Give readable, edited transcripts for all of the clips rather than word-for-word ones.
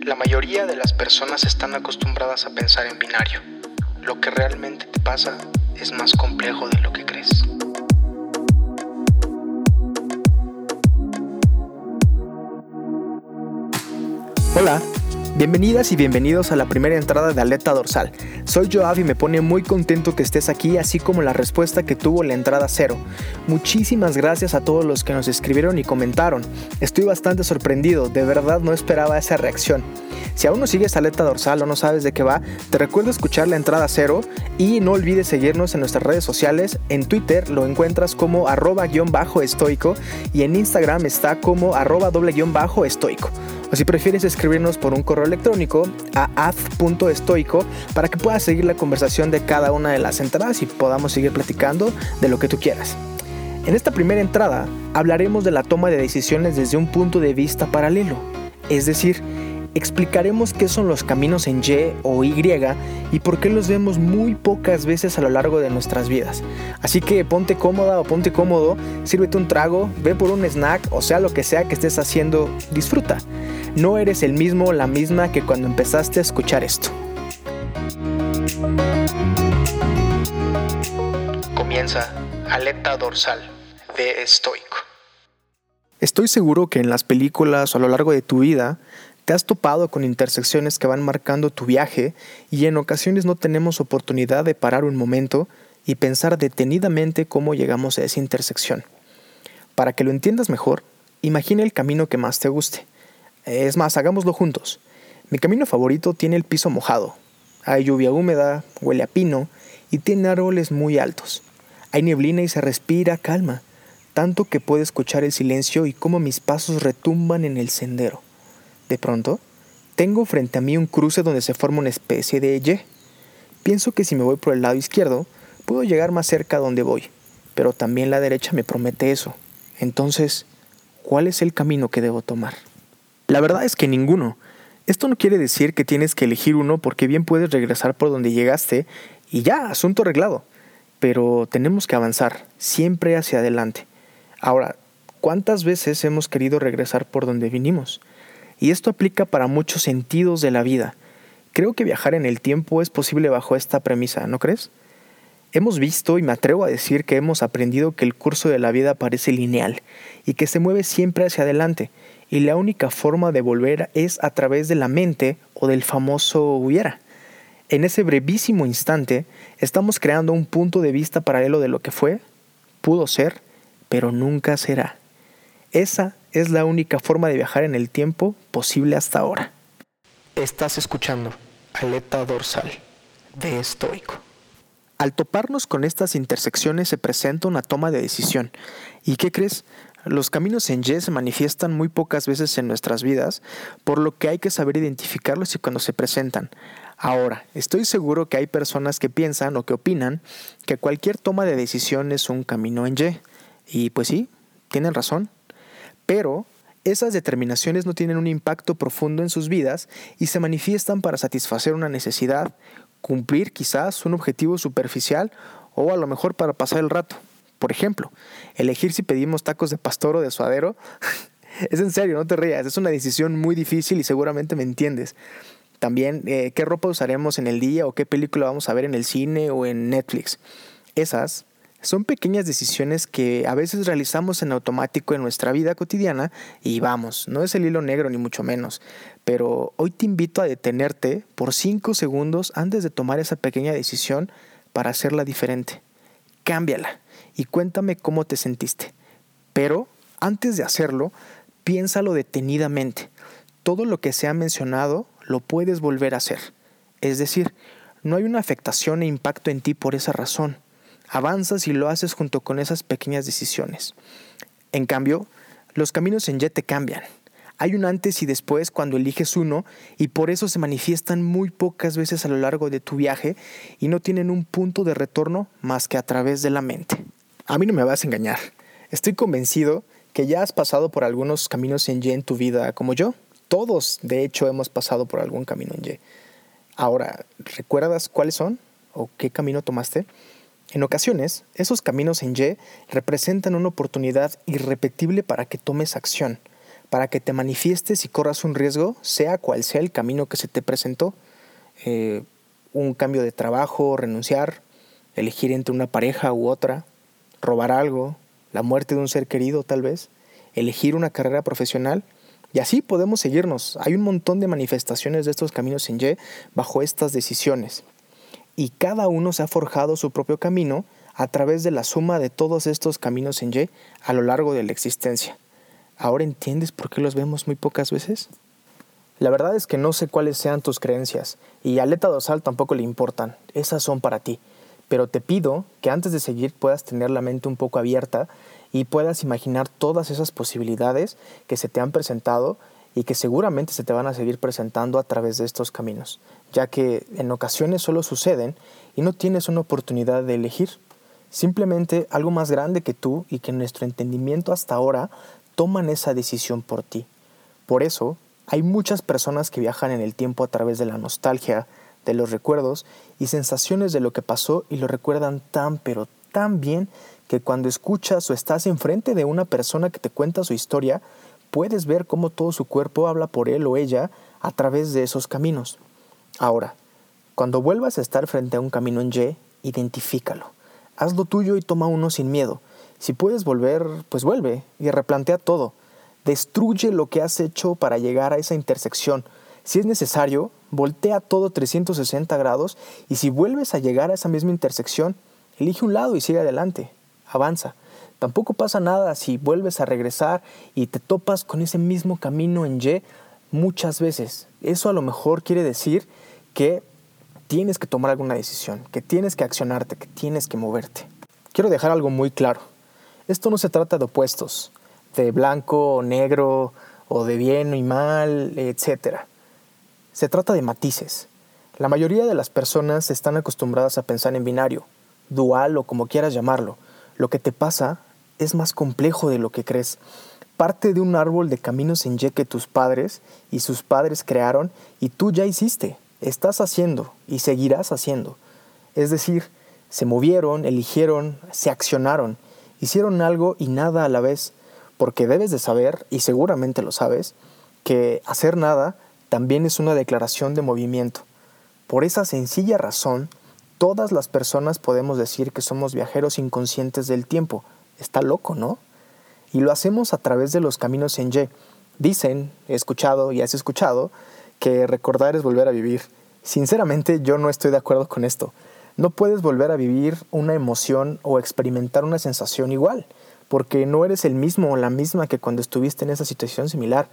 La mayoría de las personas están acostumbradas a pensar en binario. Lo que realmente te pasa es más complejo de lo que crees. Hola, bienvenidas y bienvenidos a la primera entrada de Aleta Dorsal. Soy Joab y me pone muy contento que estés aquí, así como la respuesta que tuvo la entrada 0. Muchísimas gracias a todos los que nos escribieron y comentaron. Estoy bastante sorprendido, de verdad no esperaba esa reacción. Si aún no sigues Aleta Dorsal o no sabes de qué va, te recuerdo escuchar la entrada 0 y no olvides seguirnos en nuestras redes sociales. En Twitter lo encuentras como @_estoico y en Instagram está como @_estoico. O si prefieres escribirnos por un correo electrónico a ad.estoico para que puedas seguir la conversación de cada una de las entradas y podamos seguir platicando de lo que tú quieras. En esta primera entrada hablaremos de la toma de decisiones desde un punto de vista paralelo, es decir, explicaremos qué son los caminos en Y o Y y por qué los vemos muy pocas veces a lo largo de nuestras vidas. Así que ponte cómoda o ponte cómodo, sírvete un trago, ve por un snack o sea lo que sea que estés haciendo, disfruta. No eres el mismo o la misma que cuando empezaste a escuchar esto. Comienza Aleta Dorsal de Estoico. Estoy seguro que en las películas o a lo largo de tu vida te has topado con intersecciones que van marcando tu viaje y en ocasiones no tenemos oportunidad de parar un momento y pensar detenidamente cómo llegamos a esa intersección. Para que lo entiendas mejor, imagina el camino que más te guste. Es más, hagámoslo juntos. Mi camino favorito tiene el piso mojado. Hay lluvia húmeda, huele a pino y tiene árboles muy altos. Hay neblina y se respira calma, tanto que puedo escuchar el silencio y cómo mis pasos retumban en el sendero. De pronto, tengo frente a mí un cruce donde se forma una especie de Y. Pienso que si me voy por el lado izquierdo, puedo llegar más cerca a donde voy, pero también la derecha me promete eso. Entonces, ¿cuál es el camino que debo tomar? La verdad es que ninguno. Esto no quiere decir que tienes que elegir uno porque bien puedes regresar por donde llegaste y ya, asunto arreglado. Pero tenemos que avanzar, siempre hacia adelante. Ahora, ¿cuántas veces hemos querido regresar por donde vinimos? Y esto aplica para muchos sentidos de la vida. Creo que viajar en el tiempo es posible bajo esta premisa, ¿no crees? Hemos visto, y me atrevo a decir que hemos aprendido que el curso de la vida parece lineal y que se mueve siempre hacia adelante, y la única forma de volver es a través de la mente o del famoso hubiera. En ese brevísimo instante, estamos creando un punto de vista paralelo de lo que fue, pudo ser, pero nunca será. Esa es la única forma de viajar en el tiempo posible hasta ahora. Estás escuchando Aleta Dorsal de Estoico. Al toparnos con estas intersecciones se presenta una toma de decisión. ¿Y qué crees? Los caminos en Y se manifiestan muy pocas veces en nuestras vidas, por lo que hay que saber identificarlos y cuando se presentan. Ahora, estoy seguro que hay personas que piensan o que opinan que cualquier toma de decisión es un camino en Y. Y pues sí, tienen razón. Pero esas determinaciones no tienen un impacto profundo en sus vidas y se manifiestan para satisfacer una necesidad, cumplir quizás un objetivo superficial o a lo mejor para pasar el rato. Por ejemplo, elegir si pedimos tacos de pastor o de suadero. Es en serio, no te rías, es una decisión muy difícil y seguramente me entiendes. También, qué ropa usaremos en el día o qué película vamos a ver en el cine o en Netflix. Esas son pequeñas decisiones que a veces realizamos en automático en nuestra vida cotidiana y vamos, no es el hilo negro ni mucho menos, pero hoy te invito a detenerte por 5 segundos antes de tomar esa pequeña decisión para hacerla diferente. Cámbiala y cuéntame cómo te sentiste. Pero antes de hacerlo, piénsalo detenidamente. Todo lo que se ha mencionado lo puedes volver a hacer. Es decir, no hay una afectación e impacto en ti por esa razón. Avanzas y lo haces junto con esas pequeñas decisiones. En cambio, los caminos en Y te cambian. Hay un antes y después cuando eliges uno y por eso se manifiestan muy pocas veces a lo largo de tu viaje y no tienen un punto de retorno más que a través de la mente. A mí no me vas a engañar. Estoy convencido que ya has pasado por algunos caminos en Y en tu vida como yo. Todos, de hecho, hemos pasado por algún camino en Y. Ahora, ¿recuerdas cuáles son o qué camino tomaste? En ocasiones, esos caminos en Y representan una oportunidad irrepetible para que tomes acción, para que te manifiestes y corras un riesgo, sea cual sea el camino que se te presentó. Un cambio de trabajo, renunciar, elegir entre una pareja u otra, robar algo, la muerte de un ser querido tal vez, elegir una carrera profesional, y así podemos seguirnos. Hay un montón de manifestaciones de estos caminos en Y bajo estas decisiones. Y cada uno se ha forjado su propio camino a través de la suma de todos estos caminos en Y a lo largo de la existencia. ¿Ahora entiendes por qué los vemos muy pocas veces? La verdad es que no sé cuáles sean tus creencias, y a Aleta Dorsal tampoco le importan, esas son para ti. Pero te pido que antes de seguir puedas tener la mente un poco abierta y puedas imaginar todas esas posibilidades que se te han presentado y que seguramente se te van a seguir presentando a través de estos caminos, ya que en ocasiones solo suceden y no tienes una oportunidad de elegir. Simplemente algo más grande que tú y que nuestro entendimiento hasta ahora toman esa decisión por ti. Por eso, hay muchas personas que viajan en el tiempo a través de la nostalgia, de los recuerdos y sensaciones de lo que pasó y lo recuerdan tan pero tan bien que cuando escuchas o estás enfrente de una persona que te cuenta su historia, puedes ver cómo todo su cuerpo habla por él o ella a través de esos caminos. Ahora, cuando vuelvas a estar frente a un camino en Y, identifícalo. Haz lo tuyo y toma uno sin miedo. Si puedes volver, pues vuelve y replantea todo. Destruye lo que has hecho para llegar a esa intersección. Si es necesario, voltea todo 360 grados y si vuelves a llegar a esa misma intersección, elige un lado y sigue adelante. Avanza. Tampoco pasa nada si vuelves a regresar y te topas con ese mismo camino en Y muchas veces. Eso a lo mejor quiere decir que tienes que tomar alguna decisión, que tienes que accionarte, que tienes que moverte. Quiero dejar algo muy claro. Esto no se trata de opuestos, de blanco o negro, o de bien y mal, etc. Se trata de matices. La mayoría de las personas están acostumbradas a pensar en binario, dual o como quieras llamarlo. Lo que te pasa es más complejo de lo que crees. Parte de un árbol de caminos en Y que tus padres y sus padres crearon y tú ya hiciste, estás haciendo y seguirás haciendo. Es decir, se movieron, eligieron, se accionaron, hicieron algo y nada a la vez, porque debes de saber, y seguramente lo sabes, que hacer nada también es una declaración de movimiento. Por esa sencilla razón, todas las personas podemos decir que somos viajeros inconscientes del tiempo. Está loco, ¿no? Y lo hacemos a través de los caminos en Y. Dicen, he escuchado y has escuchado, que recordar es volver a vivir. Sinceramente, yo no estoy de acuerdo con esto. No puedes volver a vivir una emoción o experimentar una sensación igual, porque no eres el mismo o la misma que cuando estuviste en esa situación similar.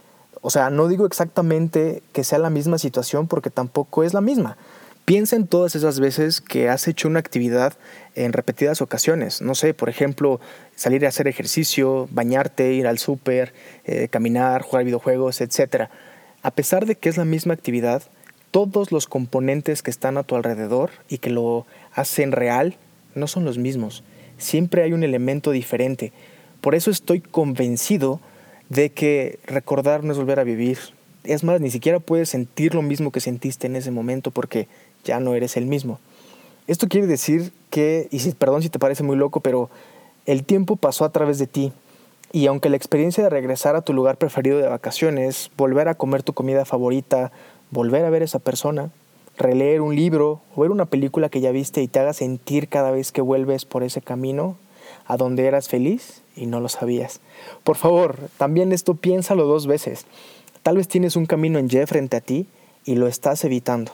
O sea, no digo exactamente que sea la misma situación porque tampoco es la misma. Piensa en todas esas veces que has hecho una actividad en repetidas ocasiones. No sé, por ejemplo, salir a hacer ejercicio, bañarte, ir al súper, caminar, jugar videojuegos, etc. A pesar de que es la misma actividad, todos los componentes que están a tu alrededor y que lo hacen real no son los mismos. Siempre hay un elemento diferente. Por eso estoy convencido de que recordar no es volver a vivir. Es más, ni siquiera puedes sentir lo mismo que sentiste en ese momento porque ya no eres el mismo. Esto quiere decir que, perdón si te parece muy loco, pero el tiempo pasó a través de ti. Y aunque la experiencia de regresar a tu lugar preferido de vacaciones, volver a comer tu comida favorita, volver a ver a esa persona, releer un libro o ver una película que ya viste y te haga sentir cada vez que vuelves por ese camino a donde eras feliz y no lo sabías. Por favor, también esto piénsalo 2 veces. Tal vez tienes un camino en Y frente a ti y lo estás evitando.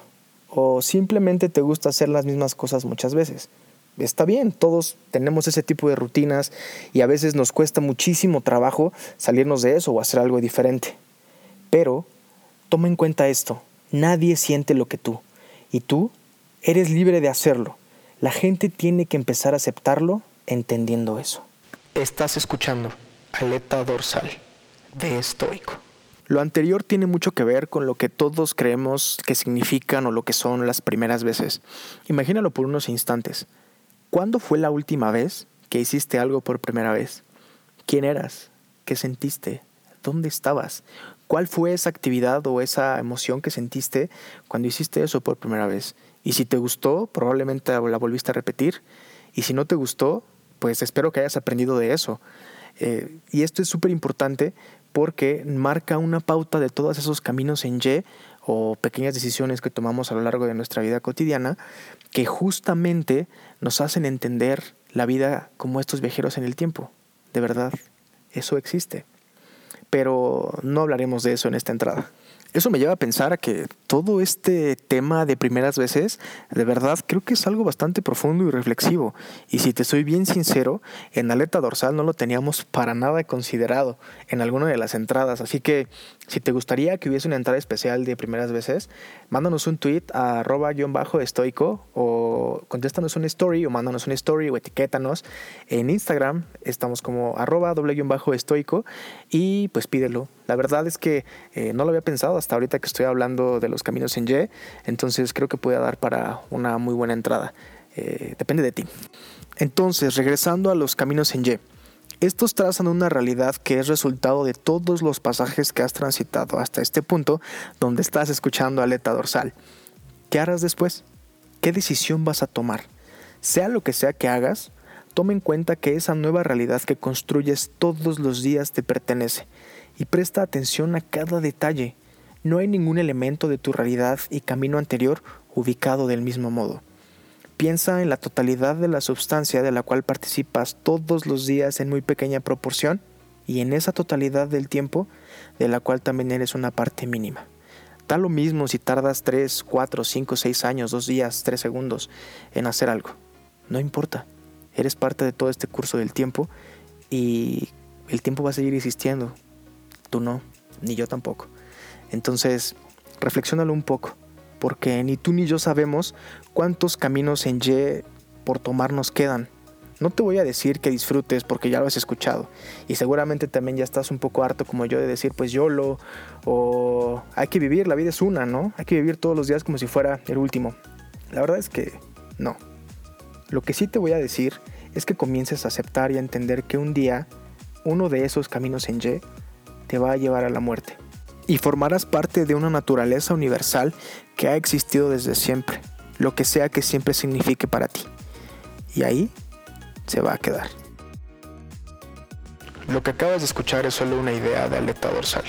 O simplemente te gusta hacer las mismas cosas muchas veces. Está bien, todos tenemos ese tipo de rutinas y a veces nos cuesta muchísimo trabajo salirnos de eso o hacer algo diferente. Pero toma en cuenta esto, nadie siente lo que tú y tú eres libre de hacerlo. La gente tiene que empezar a aceptarlo entendiendo eso. Estás escuchando Aleta Dorsal de Estoico. Lo anterior tiene mucho que ver con lo que todos creemos que significan o lo que son las primeras veces. Imagínalo por unos instantes. ¿Cuándo fue la última vez que hiciste algo por primera vez? ¿Quién eras? ¿Qué sentiste? ¿Dónde estabas? ¿Cuál fue esa actividad o esa emoción que sentiste cuando hiciste eso por primera vez? Y si te gustó, probablemente la volviste a repetir. Y si no te gustó, pues espero que hayas aprendido de eso. Y esto es súper importante porque marca una pauta de todos esos caminos en Y o pequeñas decisiones que tomamos a lo largo de nuestra vida cotidiana que justamente nos hacen entender la vida como estos viajeros en el tiempo. De verdad, eso existe. Pero no hablaremos de eso en esta entrada. Eso me lleva a pensar a que todo este tema de primeras veces, de verdad, creo que es algo bastante profundo y reflexivo. Y si te soy bien sincero, en Aleta Dorsal no lo teníamos para nada considerado en alguna de las entradas. Así que si te gustaría que hubiese una entrada especial de primeras veces, mándanos un tweet a @estoico o contéstanos una story o mándanos una story o etiquétanos. En Instagram estamos como @_estoico y pues pídelo. La verdad es que no lo había pensado hasta ahorita que estoy hablando de los caminos en Y, entonces creo que puede dar para una muy buena entrada. Depende de ti. Entonces, regresando a los caminos en Y. Estos trazan una realidad que es resultado de todos los pasajes que has transitado hasta este punto donde estás escuchando Aleta Dorsal. ¿Qué harás después? ¿Qué decisión vas a tomar? Sea lo que sea que hagas, toma en cuenta que esa nueva realidad que construyes todos los días te pertenece y presta atención a cada detalle. No hay ningún elemento de tu realidad y camino anterior ubicado del mismo modo. Piensa en la totalidad de la substancia de la cual participas todos los días en muy pequeña proporción y en esa totalidad del tiempo de la cual también eres una parte mínima. Da lo mismo si tardas 3, 4, 5, 6 años, 2 días, 3 segundos en hacer algo. No importa. Eres parte de todo este curso del tiempo y el tiempo va a seguir existiendo. Tú no, ni yo tampoco. Entonces, reflexiónalo un poco, porque ni tú ni yo sabemos cuántos caminos en Y por tomar nos quedan. No te voy a decir que disfrutes porque ya lo has escuchado y seguramente también ya estás un poco harto como yo de decir pues YOLO o hay que vivir, la vida es una, ¿no? Hay que vivir todos los días como si fuera el último. La verdad es que no. Lo que sí te voy a decir es que comiences a aceptar y a entender que un día uno de esos caminos en Y te va a llevar a la muerte y formarás parte de una naturaleza universal que ha existido desde siempre, lo que sea que siempre signifique para ti. Y ahí se va a quedar. Lo que acabas de escuchar es solo una idea de Aleta Dorsal.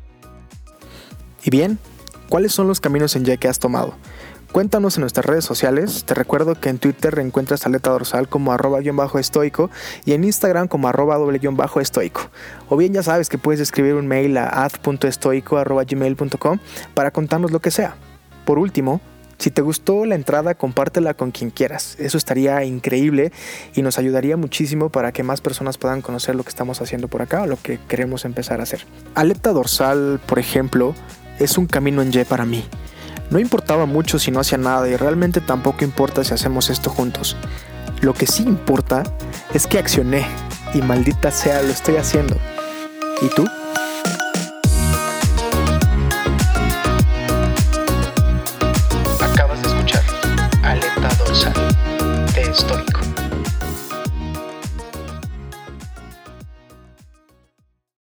Y bien, ¿cuáles son los caminos en Y que has tomado? Cuéntanos en nuestras redes sociales. Te recuerdo que en Twitter encuentras Aleta Dorsal como @_estoico y en Instagram como @_estoico. O bien ya sabes que puedes escribir un mail a ad.estoico@gmail.com para contarnos lo que sea. Por último, si te gustó la entrada, compártela con quien quieras. Eso estaría increíble y nos ayudaría muchísimo para que más personas puedan conocer lo que estamos haciendo por acá o lo que queremos empezar a hacer. Aleta Dorsal, por ejemplo, es un camino en Y para mí. No importaba mucho si no hacía nada y realmente tampoco importa si hacemos esto juntos. Lo que sí importa es que accioné y maldita sea lo estoy haciendo. ¿Y tú?